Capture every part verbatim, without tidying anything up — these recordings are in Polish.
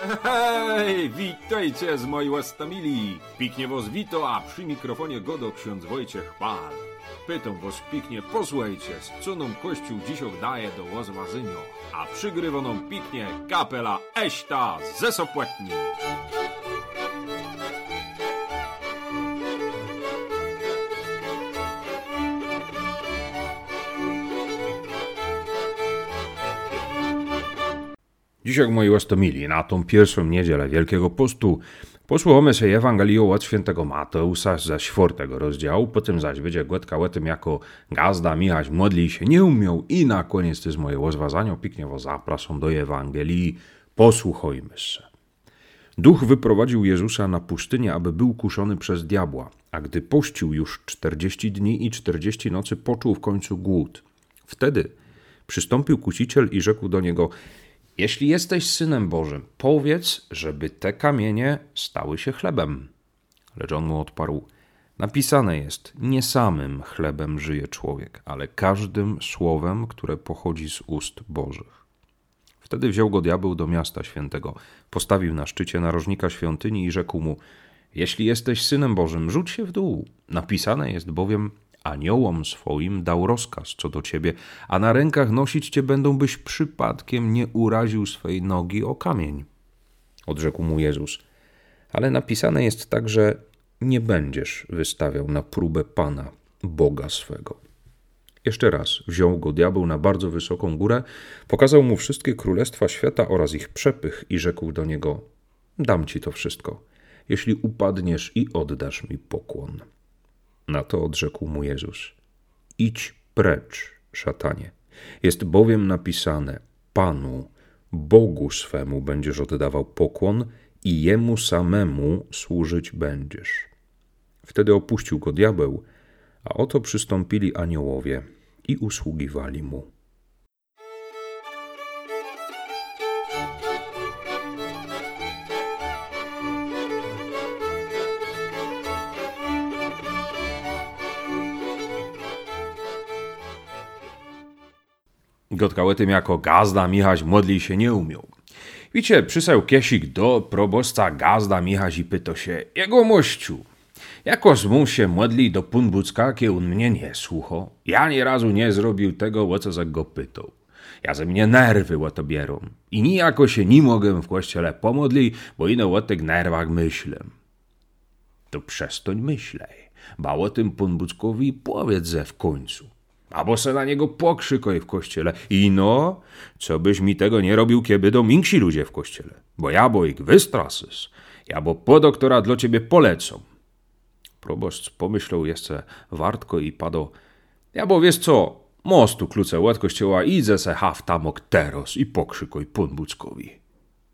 Hej, witajcie z mojej łastamili. Piknie was wito, a przy mikrofonie godo ksiądz Wojciech Pal. Pytam was piknie, posłuchajcie, z co nam Kościół dzisiaj daje do łazwazynio, a przygrywa nam piknie kapela Eśta ze Sopłetni. Dzisiaj, moi łastomili, na tą pierwszą niedzielę Wielkiego Postu posłuchamy się Ewangelią od świętego Mateusa ze czwartego rozdziału, potem zaś będzie gładka o tym, jako gazda Michać modli się nie umiał i na koniec to jest moje rozważanie, piknie was zapraszam do Ewangelii, posłuchajmy się. Duch wyprowadził Jezusa na pustynię, aby był kuszony przez diabła, a gdy pościł już czterdzieści dni i czterdzieści nocy, poczuł w końcu głód. Wtedy przystąpił kusiciel i rzekł do niego: jeśli jesteś Synem Bożym, powiedz, żeby te kamienie stały się chlebem. Lecz on mu odparł: napisane jest, nie samym chlebem żyje człowiek, ale każdym słowem, które pochodzi z ust Bożych. Wtedy wziął go diabeł do miasta świętego, postawił na szczycie narożnika świątyni i rzekł mu: jeśli jesteś Synem Bożym, rzuć się w dół. Napisane jest bowiem, aniołom swoim dał rozkaz co do ciebie, a na rękach nosić cię będą, byś przypadkiem nie uraził swej nogi o kamień. Odrzekł mu Jezus: ale napisane jest także, nie będziesz wystawiał na próbę Pana, Boga swego. Jeszcze raz wziął go diabeł na bardzo wysoką górę, pokazał mu wszystkie królestwa świata oraz ich przepych i rzekł do niego: dam ci to wszystko, jeśli upadniesz i oddasz mi pokłon. Na to odrzekł mu Jezus: idź precz, szatanie. Jest bowiem napisane, Panu, Bogu swemu będziesz oddawał pokłon i Jemu samemu służyć będziesz. Wtedy opuścił go diabeł, a oto przystąpili aniołowie i usługiwali mu. Gotka o tym, jako gazda Michać modli się nie umiał. Wiecie, przysłał kiesik do proboszcza gazda Michać i pyta się: jego mościu, jako mu się modli do punbucka, kie on mnie nie słucha. Ja nie razu nie zrobił tego, o co za go pytał. Ja ze mnie nerwy o to bierą. I nijako się nie mogę w kościele pomodli, bo ino o tych nerwach myślę. To przestań myślej, ba o tym punbuckowi powiedz ze w końcu. Albo se na niego pokrzykoj w kościele. I no, co byś mi tego nie robił, kiedy do więksi ludzie w kościele. Bo ja bo ich wystrasys. Ja bo po doktora dla ciebie polecą. Proboszcz pomyślał jeszcze wartko i padł: ja bo wiesz co, mostu kluce od kościoła, idę se haftamok teraz i pokrzykoj punbuckowi.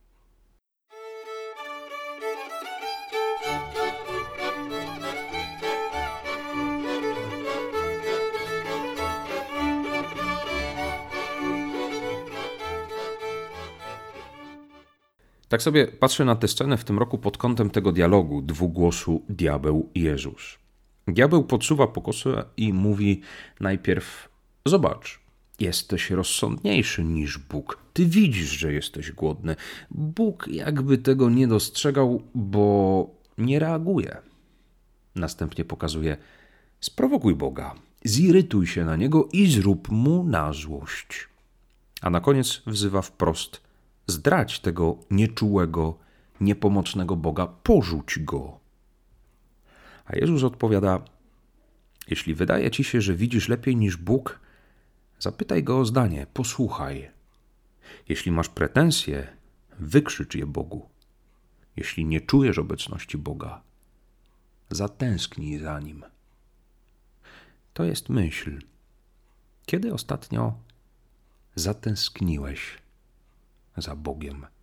Tak sobie patrzę na tę scenę w tym roku pod kątem tego dialogu dwugłosu diabeł i Jezus. Diabeł podsuwa pokosę i mówi najpierw: zobacz, jesteś rozsądniejszy niż Bóg. Ty widzisz, że jesteś głodny. Bóg jakby tego nie dostrzegał, bo nie reaguje. Następnie pokazuje: sprowokuj Boga, zirytuj się na Niego i zrób Mu na złość. A na koniec wzywa wprost: zdradź tego nieczułego, niepomocnego Boga, porzuć Go. A Jezus odpowiada: jeśli wydaje ci się, że widzisz lepiej niż Bóg, zapytaj Go o zdanie, posłuchaj. Jeśli masz pretensje, wykrzycz je Bogu. Jeśli nie czujesz obecności Boga, zatęsknij za Nim. To jest myśl. Kiedy ostatnio zatęskniłeś za Bogiem?